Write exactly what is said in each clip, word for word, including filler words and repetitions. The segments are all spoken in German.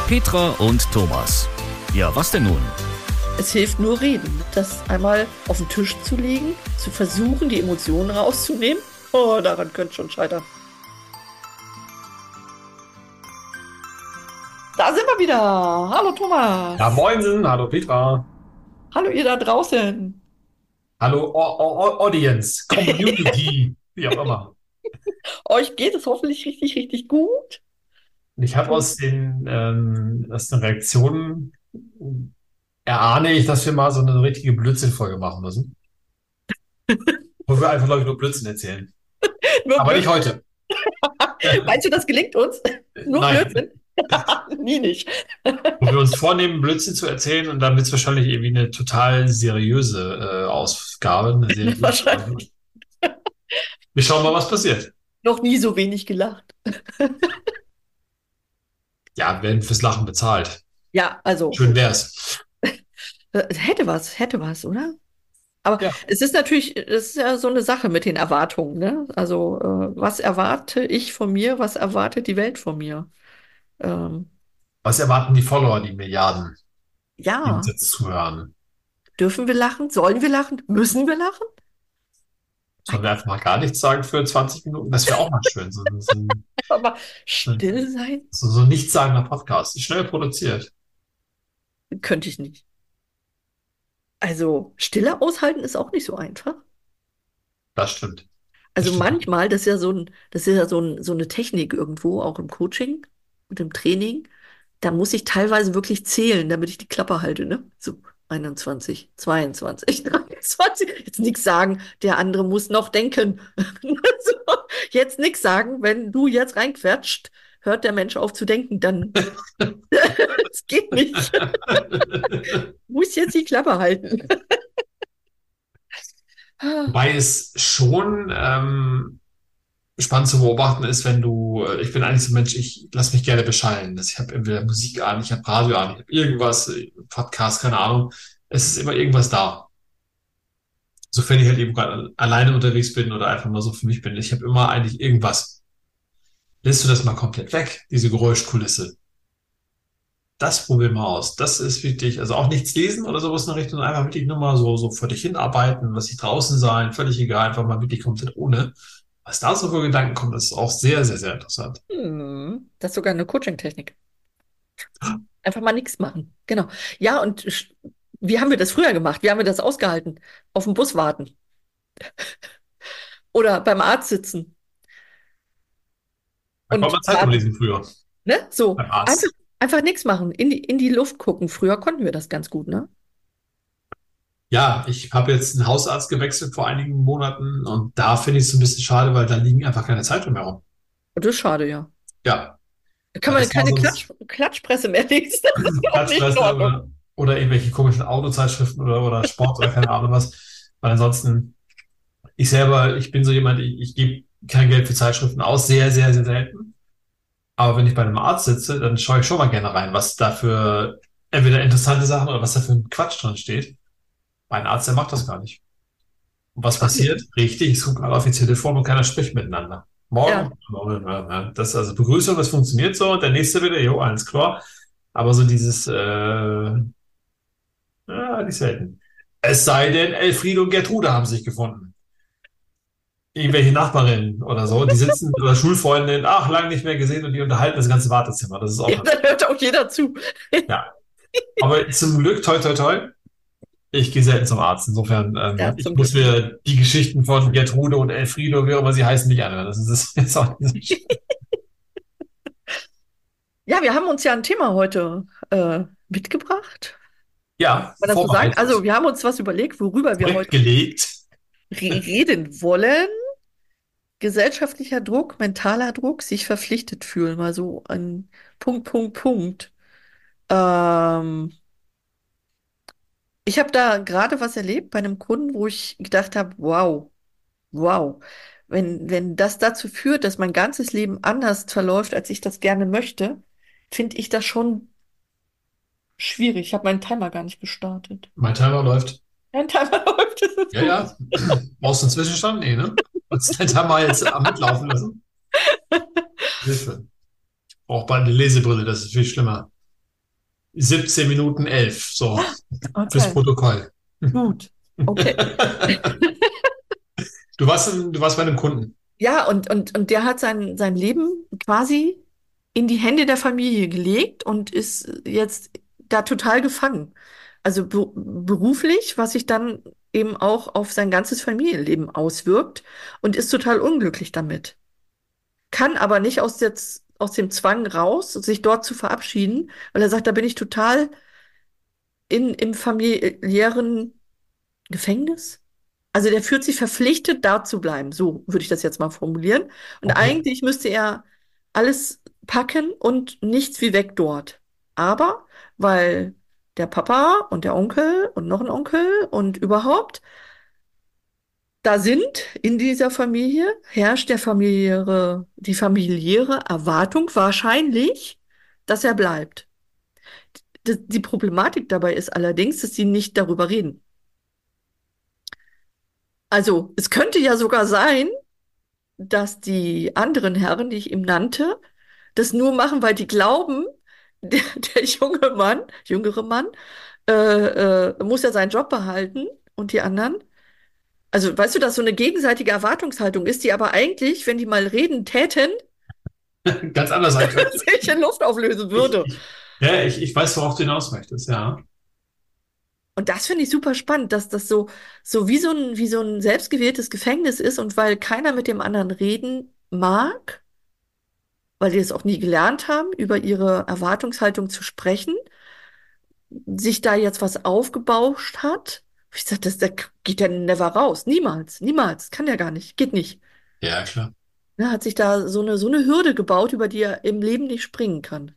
Petra und Thomas. Ja, was denn nun? Es hilft nur reden. Das einmal auf den Tisch zu legen, zu versuchen, die Emotionen rauszunehmen. Oh, daran könnte schon scheitern. Da sind wir wieder. Hallo Thomas. Ja, moinsen, hallo Petra. Hallo ihr da draußen. Hallo o o Audience, Community, wie auch immer. Euch geht es hoffentlich richtig, richtig gut. Und ich habe aus den, ähm, aus den Reaktionen erahne ich, dass wir mal so eine richtige Blödsinn-Folge machen müssen. Wo wir einfach, glaube ich, nur Blödsinn erzählen. Nur Aber Blödsinn. nicht heute. Meinst du, das gelingt uns? Nur Nein. Blödsinn? Nie nicht. Wo wir uns vornehmen, Blödsinn zu erzählen und dann wird es wahrscheinlich irgendwie eine total seriöse äh, Ausgabe. Eine seriöse Wahrscheinlich. Wir schauen mal, was passiert. Noch nie so wenig gelacht. Ja, wir werden fürs Lachen bezahlt. Ja, also. Schön wär's. Äh, Hätte was, hätte was, oder? Aber Ja. es ist natürlich, es ist ja so eine Sache mit den Erwartungen, ne? Also, äh, was erwarte ich von mir, was erwartet die Welt von mir? Ähm, Was erwarten die Follower, die Milliarden, die ja, uns jetzt zuhören? dürfen wir lachen? Sollen wir lachen? Müssen wir lachen? Sollen wir einfach mal gar nichts sagen für zwanzig Minuten? Das wäre auch mal schön. So, so, ein- Aber still sein so, so ein nichtssagender Podcast. Schnell produziert. könnte ich nicht. Also, Stille aushalten ist auch nicht so einfach. Das stimmt. Also stimmt. manchmal, das ist ja so ein, das ist ja so ein, so eine Technik irgendwo, auch im Coaching und im Training. Da muss ich teilweise wirklich zählen, damit ich die Klappe halte, ne? So einundzwanzig, zweiundzwanzig, dreiundzwanzig. Jetzt nichts sagen, der andere muss noch denken. So, jetzt nichts sagen, wenn du jetzt reinquetscht, hört der Mensch auf zu denken, dann das geht nicht. Muss jetzt die Klappe halten. Wobei es schon ähm, spannend zu beobachten ist, wenn du, äh, ich bin eigentlich so ein Mensch, ich lasse mich gerne beschallen. Also ich habe entweder Musik an, ich habe Radio an, ich habe irgendwas, äh, Podcast, keine Ahnung. Es ist immer irgendwas da. Sofern ich halt eben gerade alleine unterwegs bin oder einfach mal so für mich bin. Ich habe immer eigentlich irgendwas. Lässt du das mal komplett weg, diese Geräuschkulisse? Das probier mal aus. Das ist wichtig. Also auch nichts lesen oder sowas in der Richtung, sondern einfach wirklich nur mal so, so vor dich hinarbeiten, lass dich draußen sein, völlig egal, einfach mal wirklich komplett ohne. Was da so für Gedanken kommt, ist auch sehr, sehr, sehr interessant. Hm, das ist sogar eine Coaching-Technik. Einfach mal nichts machen. Genau. Ja, und sch- wie haben wir das früher gemacht? Wie haben wir das ausgehalten? Auf dem Bus warten oder beim Arzt sitzen Da konnte und man Zeitung warten, lesen früher ne? So, beim einfach, Arzt. einfach nichts machen, in die, in die Luft gucken. Früher konnten wir das ganz gut, ne? Ja, ich habe jetzt einen Hausarzt gewechselt vor einigen Monaten und da finde ich es so ein bisschen schade, weil da liegen einfach keine Zeitungen mehr rum. Und das ist schade, ja. Ja, Da kann man das war keine sonst Klatsch, Klatschpresse mehr lesen. Das ist auch nicht in Klatschpresse Ordnung. oder, oder irgendwelche komischen Autozeitschriften oder, oder Sport oder keine Ahnung was. Weil ansonsten, ich selber, ich bin so jemand, ich, ich gebe kein Geld für Zeitschriften aus, sehr, sehr, sehr selten. Aber wenn ich bei einem Arzt sitze, dann schaue ich schon mal gerne rein, was da für entweder interessante Sachen oder was da für ein Quatsch drin steht. Mein Arzt, der macht das gar nicht. Und was passiert? Richtig, es gucken alle auf ihr Telefon und keiner spricht miteinander. Ja, Morgen, das ist also Begrüßung, das funktioniert so. Und der nächste wieder, jo, alles klar. Aber so dieses, äh, ja, nicht selten. Es sei denn, Elfriede und Gertrude haben sich gefunden. Irgendwelche Nachbarinnen oder so, die sitzen oder Schulfreundinnen, ach, lange nicht mehr gesehen und die unterhalten das ganze Wartezimmer. Das ist auch, ja, da hört auch jeder zu. ja. Aber zum Glück, toi, toi, toi, ich gehe selten zum Arzt. Insofern, ähm, Ja, ich zum muss Glück. mir die Geschichten von Gertrude und Elfriede und wie auch immer sie heißen nicht anhören. Das ist das ist jetzt auch nicht so schlimm. Ja, wir haben uns ja ein Thema heute äh, mitgebracht. Ja, Kann man das so sagen? Also, vorbereitet, wir haben uns was überlegt, worüber wir heute zurückgelegt. re- reden wollen. Gesellschaftlicher Druck, mentaler Druck, sich verpflichtet fühlen, mal so ein Punkt, Punkt, Punkt. Ähm, ich habe da gerade was erlebt bei einem Kunden, wo ich gedacht habe, wow, wow, wenn, wenn das dazu führt, dass mein ganzes Leben anders verläuft, als ich das gerne möchte, finde ich das schon schwierig. Ich habe meinen Timer gar nicht gestartet. Mein Timer läuft. Mein Timer läuft, das ist Ja, gut. ja. Brauchst du einen Zwischenstand? Nee, ne? Willst du deinen Timer jetzt am mitlaufen lassen? Hilfe. Braucht bald eine Lesebrille, das ist viel schlimmer. siebzehn Minuten elf, so fürs Okay, Protokoll. gut. Okay. Du warst, in, du warst bei einem Kunden. Ja, und, und, und der hat sein, sein Leben quasi in die Hände der Familie gelegt und ist jetzt da total gefangen. Also be beruflich, was sich dann eben auch auf sein ganzes Familienleben auswirkt und ist total unglücklich damit. Kann aber nicht aus der, Z- aus dem Zwang raus, sich dort zu verabschieden, weil er sagt, da bin ich total in, im familiären Gefängnis. Also der fühlt sich verpflichtet, da zu bleiben. So würde ich das jetzt mal formulieren. Und Okay. eigentlich müsste er alles packen und nichts wie weg dort. Aber weil der Papa und der Onkel und noch ein Onkel und überhaupt da sind in dieser Familie, herrscht der familiäre, die familiäre Erwartung wahrscheinlich, dass er bleibt. Die, die Problematik dabei ist allerdings, dass sie nicht darüber reden. Also es könnte ja sogar sein, dass die anderen Herren, die ich ihm nannte, das nur machen, weil die glauben, der, der junge Mann, jüngere Mann, äh, äh, muss ja seinen Job behalten und die anderen. Also weißt du, dass so eine gegenseitige Erwartungshaltung ist, die aber eigentlich, wenn die mal reden täten, Ganz anders sein könnte. sich in Luft auflösen Ich, würde. ich, ja, ich, ich weiß, worauf du hinaus möchtest, ja. Und das finde ich super spannend, dass das so, so wie so ein, wie so ein selbstgewähltes Gefängnis ist und weil keiner mit dem anderen reden mag, weil die es auch nie gelernt haben, über ihre Erwartungshaltung zu sprechen, sich da jetzt was aufgebauscht hat. Ich sage, das, das geht ja never raus. Niemals, niemals. Kann ja gar nicht. Geht nicht. Ja, klar. Ne, hat sich da so eine, so eine Hürde gebaut, über die er im Leben nicht springen kann.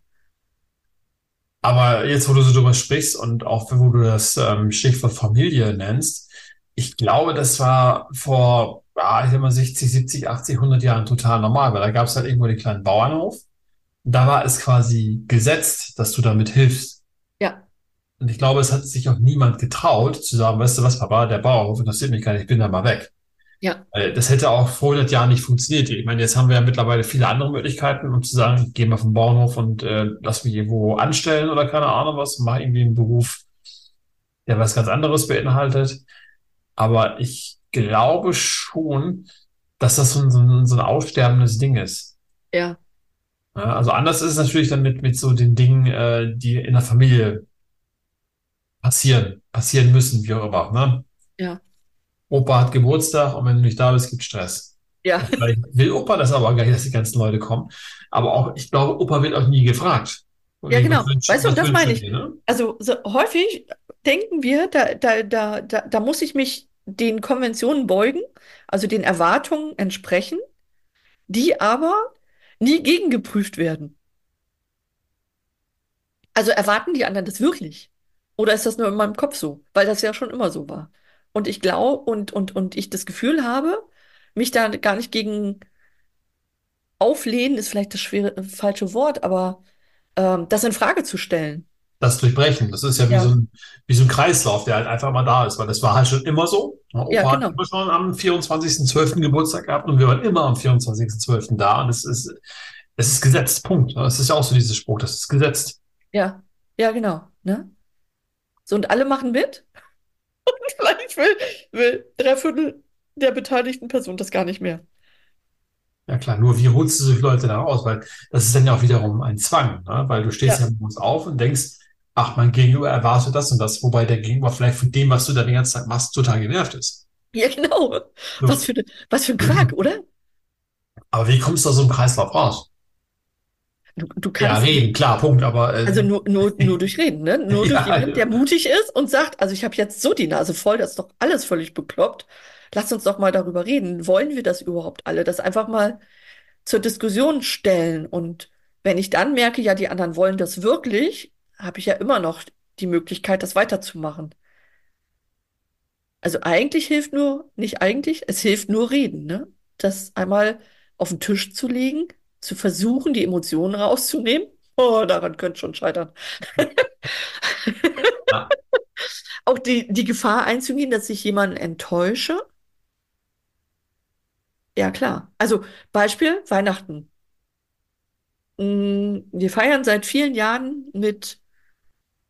Aber jetzt, wo du so drüber sprichst und auch wo du das ähm, Stichwort Familie nennst, ich glaube, das war vor, ja, ich sag mal, sechzig, siebzig, achtzig, hundert Jahren total normal, weil da gab es halt irgendwo den kleinen Bauernhof. Und da war es quasi gesetzt, dass du damit hilfst. Ja, Und ich glaube, es hat sich auch niemand getraut, zu sagen, weißt du was, Papa, der Bauernhof interessiert mich gar nicht, ich bin da mal weg. ja, Weil das hätte auch vor hundert Jahren nicht funktioniert. Ich meine, jetzt haben wir ja mittlerweile viele andere Möglichkeiten, um zu sagen, ich gehe mal vom Bauernhof und äh, lass mich irgendwo anstellen oder keine Ahnung was, mach irgendwie einen Beruf, der was ganz anderes beinhaltet. Aber ich glaube schon, dass das so ein, so ein, so ein aussterbendes Ding ist. ja, Ja, also anders ist es natürlich dann mit, mit so den Dingen, äh, die in der Familie passieren, passieren müssen, wie auch immer. Ne? ja, Opa hat Geburtstag und wenn du nicht da bist, gibt Stress. ja. Und vielleicht will Opa das aber gar nicht, dass die ganzen Leute kommen. Aber auch, ich glaube, Opa wird auch nie gefragt. Und Ja, ich, was genau. wünsch, Weißt du, und was das wünschst meine du ich. dir, ne? Also so häufig denken wir, da, da, da, da, da muss ich mich den Konventionen beugen, also den Erwartungen entsprechen, die aber nie gegengeprüft werden. Also erwarten die anderen das wirklich? Oder ist das nur in meinem Kopf so? Weil das ja schon immer so war. Und ich glaube und, und, und ich das Gefühl habe, mich da gar nicht gegen auflehnen, ist vielleicht das schwere, äh, falsche Wort, aber ähm, das in Frage zu stellen. Das Durchbrechen. Das ist ja wie so Ja. ein, wie so ein Kreislauf, der halt einfach mal da ist, weil das war halt schon immer so. Ja, Ja, Opa hat genau. immer schon am vierundzwanzigsten zwölften Geburtstag gehabt und wir waren immer am vierundzwanzigsten zwölften da und es ist, es ist gesetzt. Punkt. Das ist ja auch so dieses Spruch, das ist gesetzt. Ja, ja, genau. Ne? So, und alle machen mit. Vielleicht will, will drei Viertel der beteiligten Person das gar nicht mehr. Ja klar, nur wie holst du solche Leute da raus? Weil das ist dann ja auch wiederum ein Zwang, ne? Weil du stehst Ja, ja morgens auf und denkst, ach, mein Gegenüber erwartet das und das, wobei der Gegenüber vielleicht von dem, was du da den ganzen Tag machst, total genervt ist. ja, genau. Was So. für, ne- was für ein Quark, oder? Aber wie kommst du aus so einem Kreislauf raus? Du, du Ja, kannst reden, klar, Punkt, aber äh, Also nur, nur, nur durch Reden, ne? Nur durch ja, jemand, der mutig ist und sagt, also ich habe jetzt so die Nase voll, das ist doch alles völlig bekloppt. Lass uns doch mal darüber reden. Wollen wir das überhaupt alle? Das einfach mal zur Diskussion stellen. Und wenn ich dann merke, ja, die anderen wollen das wirklich, habe ich ja immer noch die Möglichkeit, das weiterzumachen. Also eigentlich hilft nur, nicht eigentlich, es hilft nur Reden, ne? Das einmal auf den Tisch zu legen, zu versuchen, die Emotionen rauszunehmen. Oh, daran könnte schon scheitern. ja, Auch die, die Gefahr einzugehen, dass ich jemanden enttäusche? Ja, klar. Also Beispiel Weihnachten. Mm, Wir feiern seit vielen Jahren mit,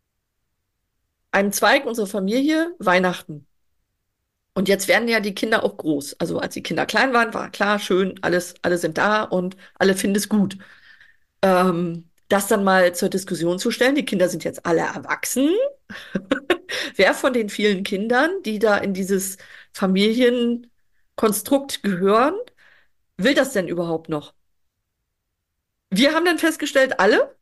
einem Zweig unserer Familie Weihnachten. Und jetzt werden ja die Kinder auch groß. Also als die Kinder klein waren, war klar, schön, alles, alle sind da und alle finden es gut. Ähm, das dann mal zur Diskussion zu stellen. Die Kinder sind jetzt alle erwachsen. Wer von den vielen Kindern, die da in dieses Familienkonstrukt gehören, will das denn überhaupt noch? Wir haben dann festgestellt, alle,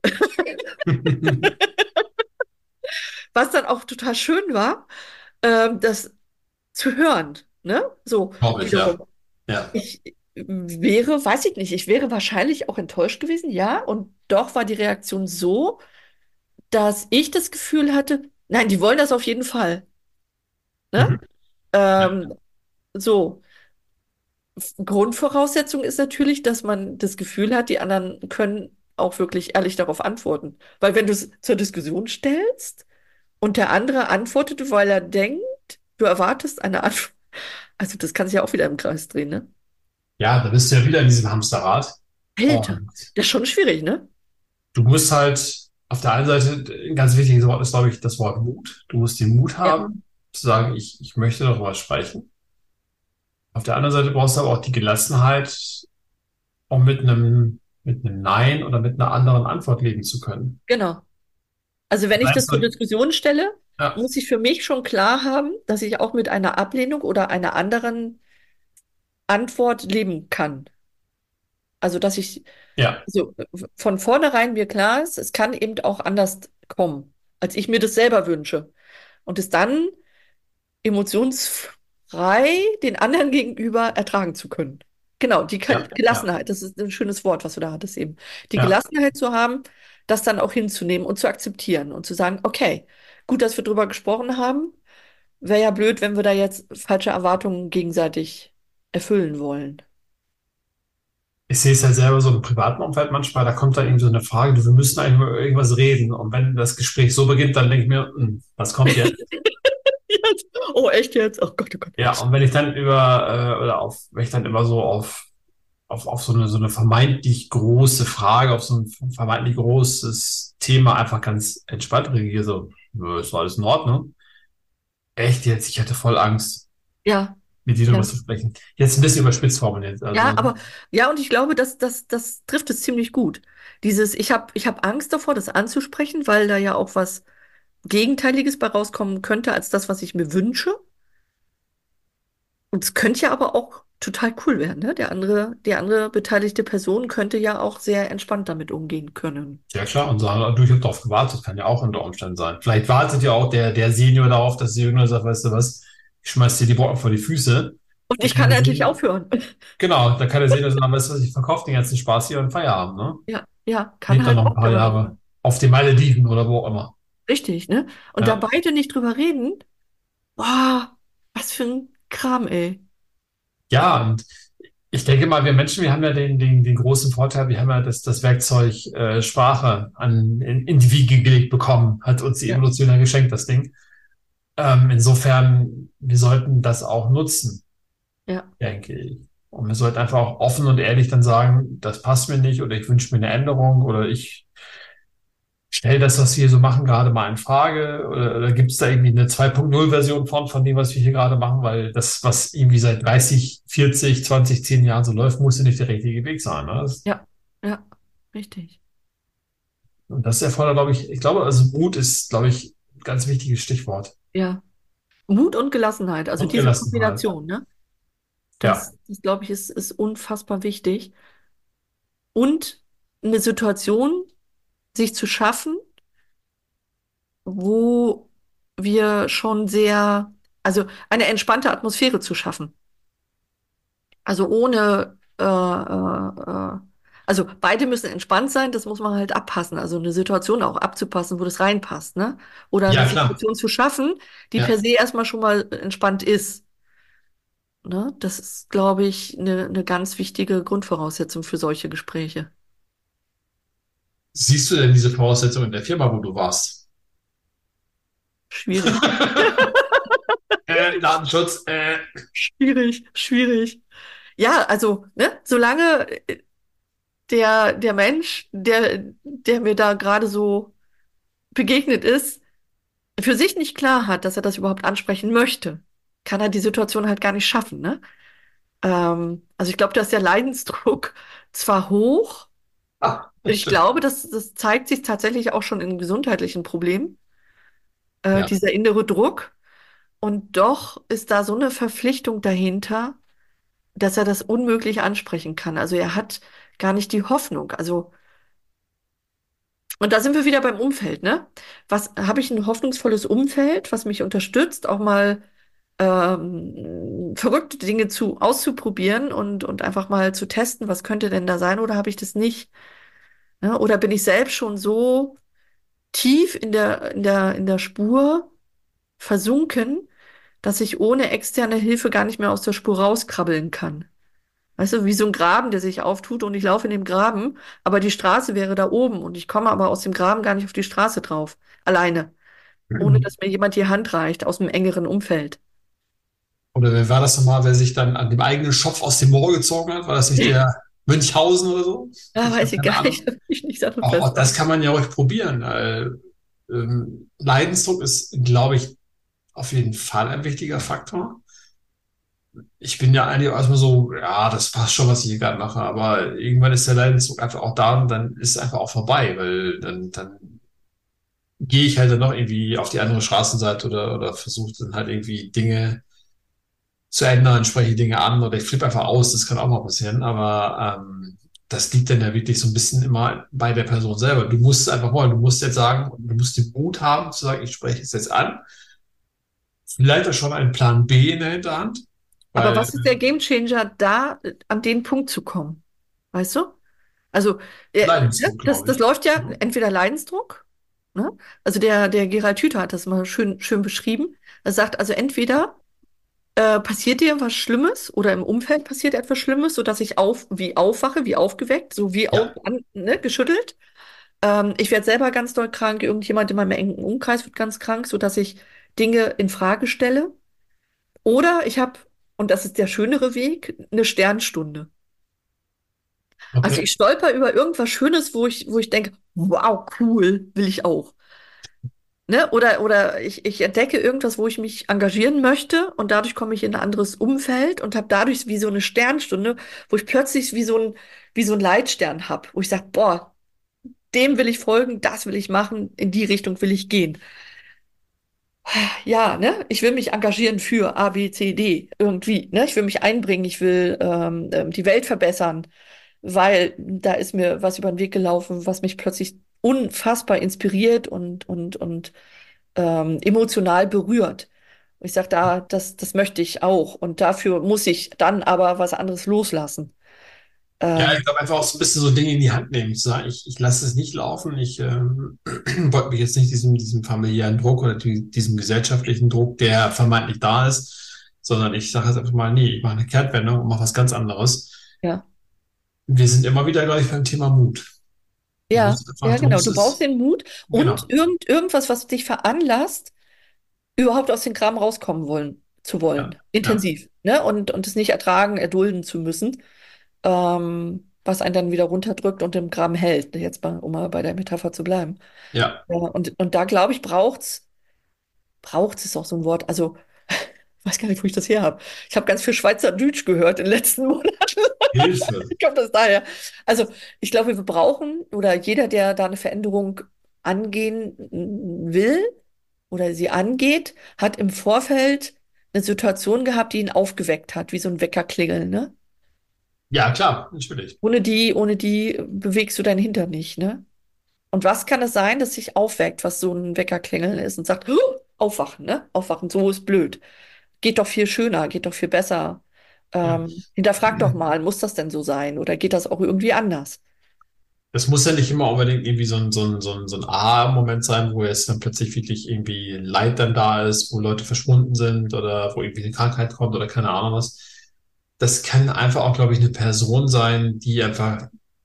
was dann auch total schön war, ähm, das zu hören. Ne? So Glaube ich, ja. wiederum. Ja. Ich wäre, weiß ich nicht, ich wäre wahrscheinlich auch enttäuscht gewesen, ja. Und doch war die Reaktion so, dass ich das Gefühl hatte, nein, die wollen das auf jeden Fall. Ne? Mhm. Ja. Ähm, so, F- Grundvoraussetzung ist natürlich, dass man das Gefühl hat, die anderen können auch wirklich ehrlich darauf antworten. Weil wenn du es zur Diskussion stellst und der andere antwortet, weil er denkt, du erwartest eine Antwort, also das kann sich ja auch wieder im Kreis drehen, ne? Ja, da bist du ja wieder in diesem Hamsterrad. Alter, Und das ist schon schwierig, ne? du musst halt auf der einen Seite, ein ganz wichtiges Wort ist, glaube ich, das Wort Mut. Du musst den Mut Ja, haben, zu sagen, ich, ich möchte darüber sprechen. Auf der anderen Seite brauchst du aber auch die Gelassenheit, um mit einem, mit einem Nein oder mit einer anderen Antwort leben zu können. genau. Also wenn ich Nein, das zur so- Diskussion stelle, ja, muss ich für mich schon klar haben, dass ich auch mit einer Ablehnung oder einer anderen Antwort leben kann. Also dass ich ja, so von vornherein mir klar ist, es kann eben auch anders kommen, als ich mir das selber wünsche. Und es dann emotionsfrei den anderen gegenüber ertragen zu können. Genau, die Ke- ja, ja, Gelassenheit, das ist ein schönes Wort, was du da hattest eben. Die ja. Gelassenheit zu haben, das dann auch hinzunehmen und zu akzeptieren und zu sagen, okay, gut, dass wir drüber gesprochen haben. Wäre ja blöd, wenn wir da jetzt falsche Erwartungen gegenseitig erfüllen wollen. Ich sehe es halt selber so im privaten Umfeld manchmal, da kommt dann irgendwie so eine Frage, du, wir müssen eigentlich über irgendwas reden. Und wenn das Gespräch so beginnt, dann denke ich mir, hm, was kommt jetzt? Jetzt? Oh, echt jetzt? Oh Gott, oh Gott. Ja, und wenn ich dann über, äh, oder auf, wenn ich dann immer so auf, auf, auf so eine, so eine vermeintlich große Frage, auf so ein vermeintlich großes Thema einfach ganz entspannt reagiere, so, nö, ist alles in Ordnung. Echt jetzt, ich hatte voll Angst, Ja, mit dir darüber ja. zu sprechen. Jetzt ein bisschen überspitzt formuliert, Ja, also, aber ja, und ich glaube, das, das, das trifft es ziemlich gut. Dieses, ich habe ich hab Angst davor, das anzusprechen, weil da ja auch was Gegenteiliges bei rauskommen könnte, als das, was ich mir wünsche. Und es könnte ja aber auch total cool werden, ne? Der andere, die andere beteiligte Person könnte ja auch sehr entspannt damit umgehen können. ja klar, und sagen, du, ich habe darauf gewartet, kann ja auch unter Umständen sein. Vielleicht wartet ja auch der, der Senior darauf, dass der Jüngere sagt, weißt du was, ich schmeiß dir die Brocken vor die Füße. Und Da ich kann kann der endlich Senior, aufhören. genau, da kann der Senior sagen, weißt du was, ich verkaufe den ganzen Spaß hier und Feierabend, ne? Ja, ja, kann Lebt dann halt noch ein auch paar genauso Jahre sein. auf den Malediven oder wo auch immer. Richtig, ne? Und da Ja, beide nicht drüber reden, boah, was für ein Kram, ey. ja, und ich denke mal, wir Menschen, wir haben ja den, den, den großen Vorteil, wir haben ja das, das Werkzeug äh, Sprache an, in, in die Wiege gelegt bekommen, hat uns die Ja, Evolution ja geschenkt, das Ding. Ähm, insofern, wir sollten das auch nutzen, ja, denke ich. Und wir sollten einfach auch offen und ehrlich dann sagen, das passt mir nicht oder ich wünsche mir eine Änderung oder ich stelle das, was wir hier so machen, gerade mal in Frage oder, oder gibt es da irgendwie eine zwei Punkt null Version von, von dem, was wir hier gerade machen, weil das, was irgendwie seit dreißig, vierzig, zwanzig, zehn Jahren so läuft, muss ja nicht der richtige Weg sein. Ne? Das, ja, ja, richtig. und das erfordert, glaube ich, ich glaube, also Mut ist, glaube ich, ein ganz wichtiges Stichwort. Ja. Mut und Gelassenheit, also Und diese Gelassenheit. Kombination, ne? Ja, Das, das glaube ich, ist, ist unfassbar wichtig. Und eine Situation sich zu schaffen, wo wir schon sehr, also eine entspannte Atmosphäre zu schaffen. Also ohne, äh, äh, äh, also beide müssen entspannt sein, das muss man halt abpassen. Also eine Situation auch abzupassen, wo das reinpasst, ne? Oder eine ja, klar. Situation zu schaffen, die per Ja. se erstmal schon mal entspannt ist. Ne? Das ist, glaube ich, eine, eine ganz wichtige Grundvoraussetzung für solche Gespräche. Siehst du denn diese Voraussetzungen in der Firma, wo du warst? Schwierig, Äh, Datenschutz, äh. schwierig, schwierig. Ja, also, ne, solange äh, der, der Mensch, der, der mir da gerade so begegnet ist, für sich nicht klar hat, dass er das überhaupt ansprechen möchte, kann er die Situation halt gar nicht schaffen, ne? Ähm, also ich glaube, da ist der Leidensdruck zwar hoch, Ah, das ich stimmt. glaube, das, das zeigt sich tatsächlich auch schon in gesundheitlichen Problemen, äh, Ja. dieser innere Druck. Und doch ist da so eine Verpflichtung dahinter, dass er das unmöglich ansprechen kann. Also er hat gar nicht die Hoffnung. Also, und da sind wir wieder beim Umfeld, ne? Was habe ich ein hoffnungsvolles Umfeld, was mich unterstützt, auch mal ähm, verrückte Dinge zu auszuprobieren und, und einfach mal zu testen, was könnte denn da sein, oder habe ich das nicht? Ne? Oder bin ich selbst schon so tief in der, in der, in der Spur versunken, dass ich ohne externe Hilfe gar nicht mehr aus der Spur rauskrabbeln kann? Weißt du, wie so ein Graben, der sich auftut und ich laufe in dem Graben, aber die Straße wäre da oben und ich komme aber aus dem Graben gar nicht auf die Straße drauf. Alleine. Ohne dass mir jemand die Hand reicht aus dem engeren Umfeld. Oder wer war das nochmal, wer sich dann an dem eigenen Schopf aus dem Moor gezogen hat? War das nicht der Münchhausen oder so? Ja, Ich habe weiß ich keine gar nicht, Ahnung. da bin ich nicht so Auch, fest. auch das kann man ja ruhig probieren. Weil, ähm, Leidensdruck ist, glaube ich, auf jeden Fall ein wichtiger Faktor. Ich bin ja eigentlich auch erstmal so, ja, das passt schon, was ich hier gerade mache, aber irgendwann ist der Leidensdruck einfach auch da und dann ist es einfach auch vorbei, weil dann, dann gehe ich halt dann noch irgendwie auf die andere Straßenseite oder, oder versuche dann halt irgendwie Dinge zu ändern, spreche Dinge an oder ich flippe einfach aus, das kann auch mal passieren, aber ähm, das liegt dann ja wirklich so ein bisschen immer bei der Person selber. Du musst es einfach wollen, du musst jetzt sagen, du musst den Mut haben zu sagen, ich spreche es jetzt an. Vielleicht auch schon einen Plan B in der Hinterhand, Aber weil was ist der Gamechanger, da äh, an den Punkt zu kommen? Weißt du? Also, äh, ne, Leidensdruck, das, glaube das ich. läuft ja Mhm. entweder Leidensdruck, ne? Also der, der Gerald Hüther hat das mal schön, schön beschrieben. Er sagt, also entweder äh, passiert dir was Schlimmes oder im Umfeld passiert etwas Schlimmes, sodass ich auf, wie aufwache, wie aufgeweckt, so wie auf, Ja, an, ne, geschüttelt. Ähm, ich werde selber ganz doll krank, irgendjemand in meinem engen Umkreis wird ganz krank, sodass ich Dinge in Frage stelle. Oder ich habe, und das ist der schönere Weg, eine Sternstunde. Also ich okay. stolper über irgendwas Schönes, wo ich, wo ich denke, wow, cool, will ich auch. Ne? Oder, oder ich, ich entdecke irgendwas, wo ich mich engagieren möchte und dadurch komme ich in ein anderes Umfeld und habe dadurch wie so eine Sternstunde, wo ich plötzlich wie so ein, wie so ein Leitstern habe, wo ich sage, boah, dem will ich folgen, das will ich machen, in die Richtung will ich gehen. Ja, ne? Ich will mich engagieren für A, B, C, D irgendwie, ne? Ich will mich einbringen, ich will ähm, ähm, die Welt verbessern, weil da ist mir was über den Weg gelaufen, was mich plötzlich unfassbar inspiriert und und und ähm, emotional berührt. Und ich sage, da, das, das möchte ich auch. Und dafür muss ich dann aber was anderes loslassen. Ja, Ähm, ich glaube einfach auch so ein bisschen so Dinge in die Hand nehmen, zu sagen, ich, ich lasse es nicht laufen, ich ähm, wollte mich jetzt nicht diesem, diesem familiären Druck oder die, diesem gesellschaftlichen Druck, der vermeintlich da ist, sondern ich sage jetzt einfach mal, nee, ich mache eine Kehrtwendung und mache was ganz anderes. ja. Wir sind immer wieder gleich beim Thema Mut. Du Ja, musst einfach, ja, du genau. musst Du brauchst es, den Mut und genau, irgend, irgendwas, was dich veranlasst, überhaupt aus dem Kram rauskommen wollen, zu ja, wollen. ja, Intensiv, ne? Und, und es nicht ertragen, erdulden zu müssen, ähm, was einen dann wieder runterdrückt und im Kram hält. Jetzt mal, um mal bei der Metapher zu bleiben. ja, Ja, und, und da, glaube ich, braucht's, braucht's ist auch so ein Wort. Also, ich weiß gar nicht, wo ich das her habe. Ich habe ganz viel Schweizerdeutsch gehört in den letzten Monaten. Hilfe. Ich glaube, das ist daher. Also, ich glaube, wir brauchen, oder jeder, der da eine Veränderung angehen will oder sie angeht, hat im Vorfeld eine Situation gehabt, die ihn aufgeweckt hat, wie so ein Weckerklingeln, ne? Ja, klar, natürlich. Ohne die, ohne die bewegst du deinen Hintern nicht, ne? Und was kann es sein, das sich aufweckt, was so ein Weckerklingeln ist und sagt, "Huh, aufwachen, ne? Aufwachen, so ist blöd. Geht doch viel schöner, geht doch viel besser. Ja. Ähm, hinterfrag doch mal, muss das denn so sein oder geht das auch irgendwie anders? Das muss ja nicht immer unbedingt irgendwie so ein, so ein, so ein, so ein Aha-Moment sein, wo jetzt dann plötzlich wirklich irgendwie Leid dann da ist, wo Leute verschwunden sind oder wo irgendwie eine Krankheit kommt oder keine Ahnung was. Das kann einfach auch, glaube ich, eine Person sein, die einfach,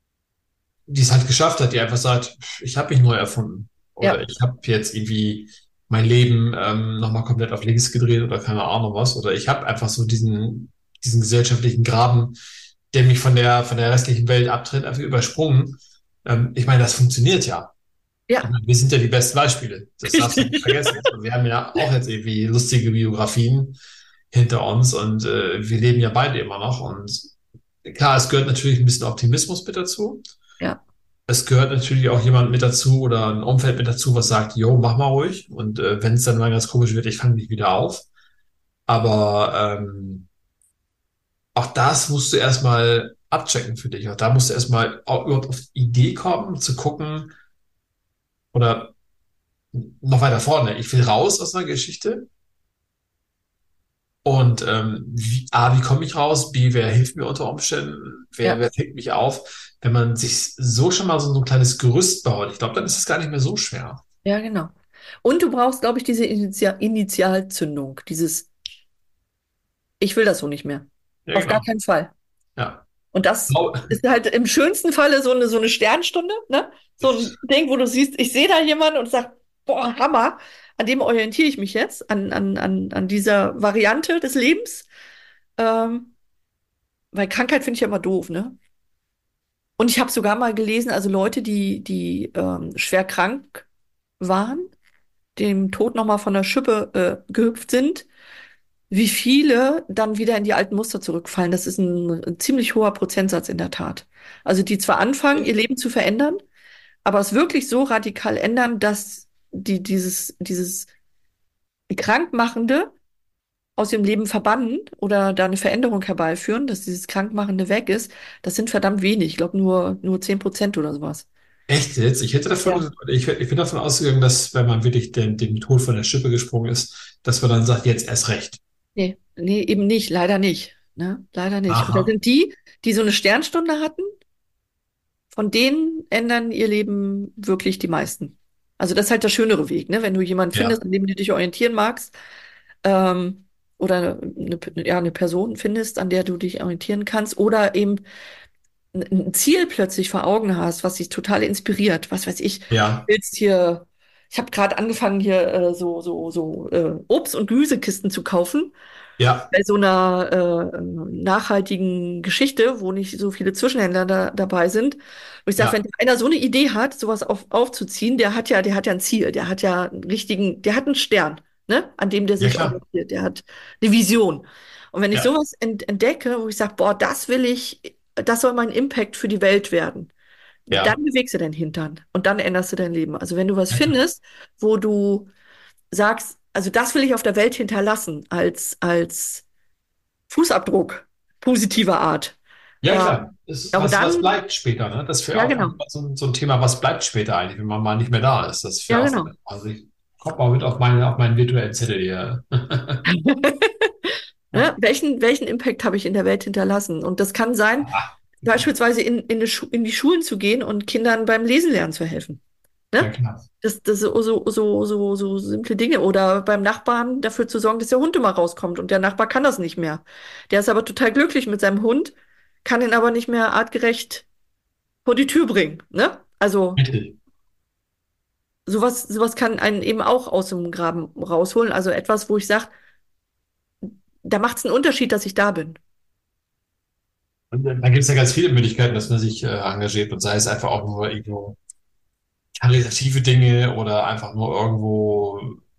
die es halt geschafft hat, die einfach sagt, ich habe mich neu erfunden oder Ja, ich habe jetzt irgendwie mein Leben ähm, nochmal komplett auf links gedreht oder keine Ahnung was oder ich habe einfach so diesen, diesen gesellschaftlichen Graben, der mich von der, von der restlichen Welt abtrennt, einfach übersprungen. Ähm, ich meine, das funktioniert ja. Ich Ja, meine, wir sind ja die besten Beispiele. Das darfst du nicht richtig. vergessen. Und wir haben ja auch jetzt irgendwie lustige Biografien hinter uns und äh, wir leben ja beide immer noch. Und klar, es gehört natürlich ein bisschen Optimismus mit dazu. Ja, Es gehört natürlich auch jemand mit dazu oder ein Umfeld mit dazu, was sagt, jo, mach mal ruhig. Und äh, wenn es dann mal ganz komisch wird, ich fange dich wieder auf. Aber ähm, auch das musst du erstmal abchecken für dich. Auch da musst du erstmal auch überhaupt auf die Idee kommen, zu gucken oder noch weiter vorne. Ich will raus aus einer Geschichte. Und ähm, wie, A, wie komme ich raus? B, wer hilft mir unter Umständen? Wer, ja, wer fängt mich auf? Wenn man sich so schon mal so, so ein kleines Gerüst baut, ich glaube, dann ist es gar nicht mehr so schwer. ja, genau. Und du brauchst, glaube ich, diese Initial Initialzündung, dieses, ich will das so nicht mehr. Ja, Auf gar genau. keinen Fall. Ja. Und das Bau- ist halt im schönsten Falle so eine, so eine Sternstunde, ne? So ein Ding, wo du siehst, ich sehe da jemanden und sag, boah, Hammer, an dem orientiere ich mich jetzt, an, an, an, an dieser Variante des Lebens. Ähm, weil Krankheit finde ich ja immer doof, ne? Und ich habe sogar mal gelesen, also Leute, die, die ähm, schwer krank waren, dem Tod nochmal von der Schippe äh, gehüpft sind, wie viele dann wieder in die alten Muster zurückfallen. Das ist ein, ein ziemlich hoher Prozentsatz in der Tat. Also die zwar anfangen, ihr Leben zu verändern, aber es wirklich so radikal ändern, dass die dieses, dieses Krankmachende aus ihrem Leben verbannen oder da eine Veränderung herbeiführen, dass dieses Krankmachende weg ist, das sind verdammt wenig. Ich glaube nur, nur zehn Prozent oder sowas. Echt jetzt? Ich hätte Ja. davon, ich, ich bin davon ausgegangen, dass wenn man wirklich den, dem Tod von der Schippe gesprungen ist, dass man dann sagt, jetzt erst recht. Nee, nee, eben nicht, leider nicht. Ne? Leider nicht. Und da Aha. sind die, die so eine Sternstunde hatten, von denen ändern ihr Leben wirklich die meisten. Also das ist halt der schönere Weg, ne? Wenn du jemanden findest, Ja, an dem du dich orientieren magst, ähm, oder eine, ja, eine Person findest, an der du dich orientieren kannst, oder eben ein ein Ziel plötzlich vor Augen hast, was dich total inspiriert. Was weiß ich, ja, willst hier, ich habe gerade angefangen, hier äh, so, so, so äh, Obst- und Gemüsekisten zu kaufen ja, bei so einer äh, nachhaltigen Geschichte, wo nicht so viele Zwischenhändler da, dabei sind. Und ich sage, wenn ja, einer so eine Idee hat, sowas auf, aufzuziehen, der hat ja, der hat ja ein Ziel, der hat ja einen richtigen, der hat einen Stern, ne, an dem der ja sich klar. orientiert, der hat eine Vision. Und wenn ich Ja, sowas ent entdecke, wo ich sage, boah, das will ich, das soll mein Impact für die Welt werden, dann ja, bewegst du deinen Hintern und dann änderst du dein Leben. Also wenn du was ja klar. findest, wo du sagst, also das will ich auf der Welt hinterlassen als, als Fußabdruck positiver Art. Ja, Ähm, klar. Das, aber was, was dann, bleibt später, ne? Das wäre ja, auch genau. manchmal so, ein- so ein Thema, was bleibt später eigentlich, wenn man mal nicht mehr da ist. Das Ja, wäre auch, genau. also ich guck mal mit auf meine, auf meinen virtuellen Zettel hier. Ne? Ja. Welchen, welchen Impact habe ich in der Welt hinterlassen? Und das kann sein, Ah, super. beispielsweise in, in, die Schu in die Schulen zu gehen und Kindern beim Lesen lernen zu helfen. Ja, Ne? klar. Das, das so, so, so, so, so simple Dinge. Oder beim Nachbarn dafür zu sorgen, dass der Hund immer rauskommt und der Nachbar kann das nicht mehr. Der ist aber total glücklich mit seinem Hund, kann ihn aber nicht mehr artgerecht vor die Tür bringen. Ne? Also Richtig. sowas, sowas kann einen eben auch aus dem Graben rausholen. Also etwas, wo ich sage, da macht es einen Unterschied, dass ich da bin. Und dann gibt es ja ganz viele Möglichkeiten, dass man sich äh, engagiert und sei es einfach auch nur irgendwo karitative Dinge oder einfach nur irgendwo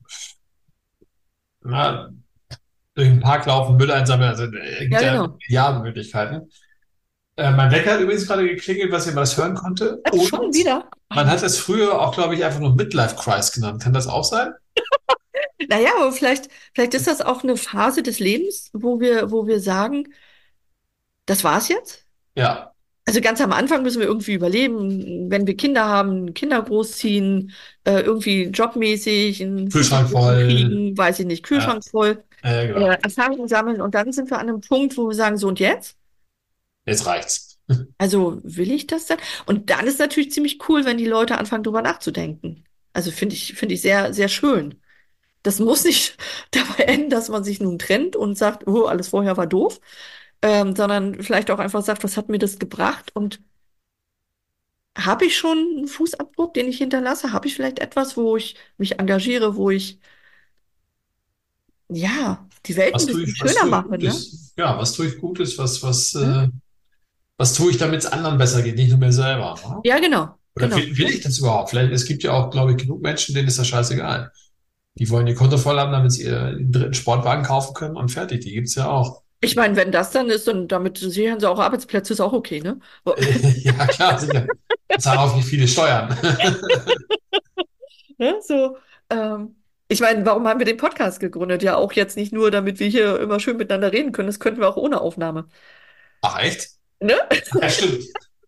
na, durch den Park laufen, Müll einsammeln. Also äh, es gibt Ja, ja genau. Milliarden Möglichkeiten. Äh, mein Wecker hat übrigens gerade geklingelt, was ich mal das hören konnte. Ach, schon Und wieder? man hat es früher auch, glaube ich, einfach nur Midlife Crisis genannt. Kann das auch sein? Naja, aber vielleicht, vielleicht ist das auch eine Phase des Lebens, wo wir, wo wir sagen, das war's jetzt. Ja, Also ganz am Anfang müssen wir irgendwie überleben, wenn wir Kinder haben, Kinder großziehen, äh, irgendwie jobmäßig einen Fuß in Kühlschrank den Boden voll. kriegen, weiß ich nicht, Ja, Kühlschrank voll, äh, äh, genau. Erfahrungen sammeln und dann sind wir an einem Punkt, wo wir sagen, so und jetzt? Jetzt reicht's. Also will ich das dann? Und dann ist natürlich ziemlich cool, wenn die Leute anfangen, drüber nachzudenken. Also finde ich, finde ich sehr, sehr schön. Das muss nicht dabei enden, dass man sich nun trennt und sagt, oh, alles vorher war doof, ähm, sondern vielleicht auch einfach sagt, was hat mir das gebracht? Und habe ich schon einen Fußabdruck, den ich hinterlasse? Habe ich vielleicht etwas, wo ich mich engagiere, wo ich, ja, die Welt ein Was tue bisschen ich, was schöner tue ich mache, ne? Gutes? Ja, was tue ich Gutes? Was, was, Ne? äh, was tue ich, damit es anderen besser geht, nicht nur mir selber? Ne? Ja, genau. Oder Genau. will, will ich das überhaupt? Vielleicht, es gibt ja auch, glaube ich, genug Menschen, denen ist das scheißegal. Die wollen ihr Konto voll haben, damit sie ihren dritten Sportwagen kaufen können und fertig. Die gibt's ja auch. Ich meine, wenn das dann ist, dann damit sichern sie auch Arbeitsplätze, ist auch okay, ne? Ja, klar, sicher. Zahlen auch nicht viele Steuern. Ne? So, ähm, ich meine, warum haben wir den Podcast gegründet? Ja, auch jetzt nicht nur, damit wir hier immer schön miteinander reden können, das könnten wir auch ohne Aufnahme. Ach, echt? Ne? Ja, stimmt.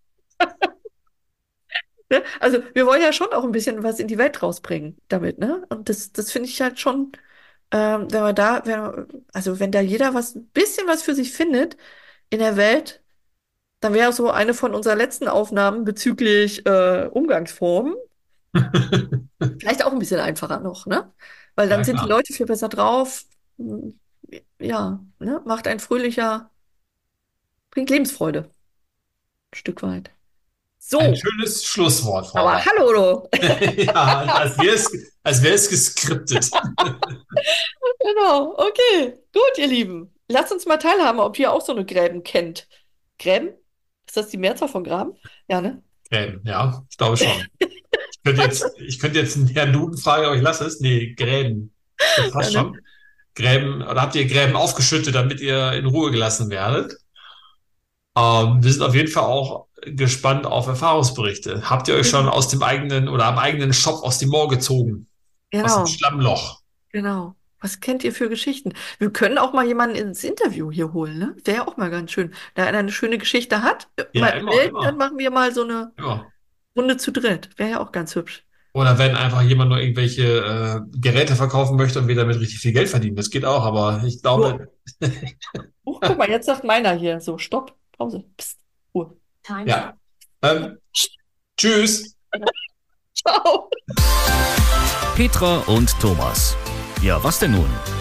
Ne? Also wir wollen ja schon auch ein bisschen was in die Welt rausbringen damit, ne? Und das, das finde ich halt schon, ähm, wenn man da, wenn, also wenn da jeder was, ein bisschen was für sich findet in der Welt, dann wäre so eine von unserer letzten Aufnahmen bezüglich äh, Umgangsformen vielleicht auch ein bisschen einfacher noch, ne? Weil dann Ja, sind die klar. Leute viel besser drauf. Hm, ja, ne? Macht einen fröhlicher, bringt Lebensfreude, ein Stück weit. Ein So, schönes Schlusswort, Frau aber Wagner. hallo, du. Ja, als wäre es, als wäre es geskriptet. Genau, okay. Gut, ihr Lieben. Lasst uns mal teilhaben, ob ihr auch so eine Gräben kennt. Gräben? Ist das die Mehrzahl von Graben? Ja, ne? Gräben, ja, ich glaube schon. Ich könnte jetzt, ich könnte jetzt einen Herrn Duden fragen, aber ich lasse es. Nee, Gräben. Das Ja, passt ne? schon. Gräben, oder habt ihr Gräben aufgeschüttet, damit ihr in Ruhe gelassen werdet? Ähm, wir sind auf jeden Fall auch gespannt auf Erfahrungsberichte. Habt ihr euch schon aus dem eigenen oder am eigenen Shop aus dem Moor gezogen? Aus dem Genau, Schlammloch? genau. Was kennt ihr für Geschichten? Wir können auch mal jemanden ins Interview hier holen, ne? Wäre ja auch mal ganz schön. Da einer eine schöne Geschichte hat, äh, Ja, mal immer, melden, dann immer, machen wir mal so eine immer. Runde zu dritt. Wäre ja auch ganz hübsch. Oder wenn einfach jemand nur irgendwelche äh, Geräte verkaufen möchte und wir damit richtig viel Geld verdienen. Das geht auch, aber ich So. glaube, Oh, guck mal, jetzt sagt meiner hier so, Stopp, Pause, Psst, Ruhe. ja. Ähm, tschüss. Ciao. Petra und Thomas. Ja, was denn nun?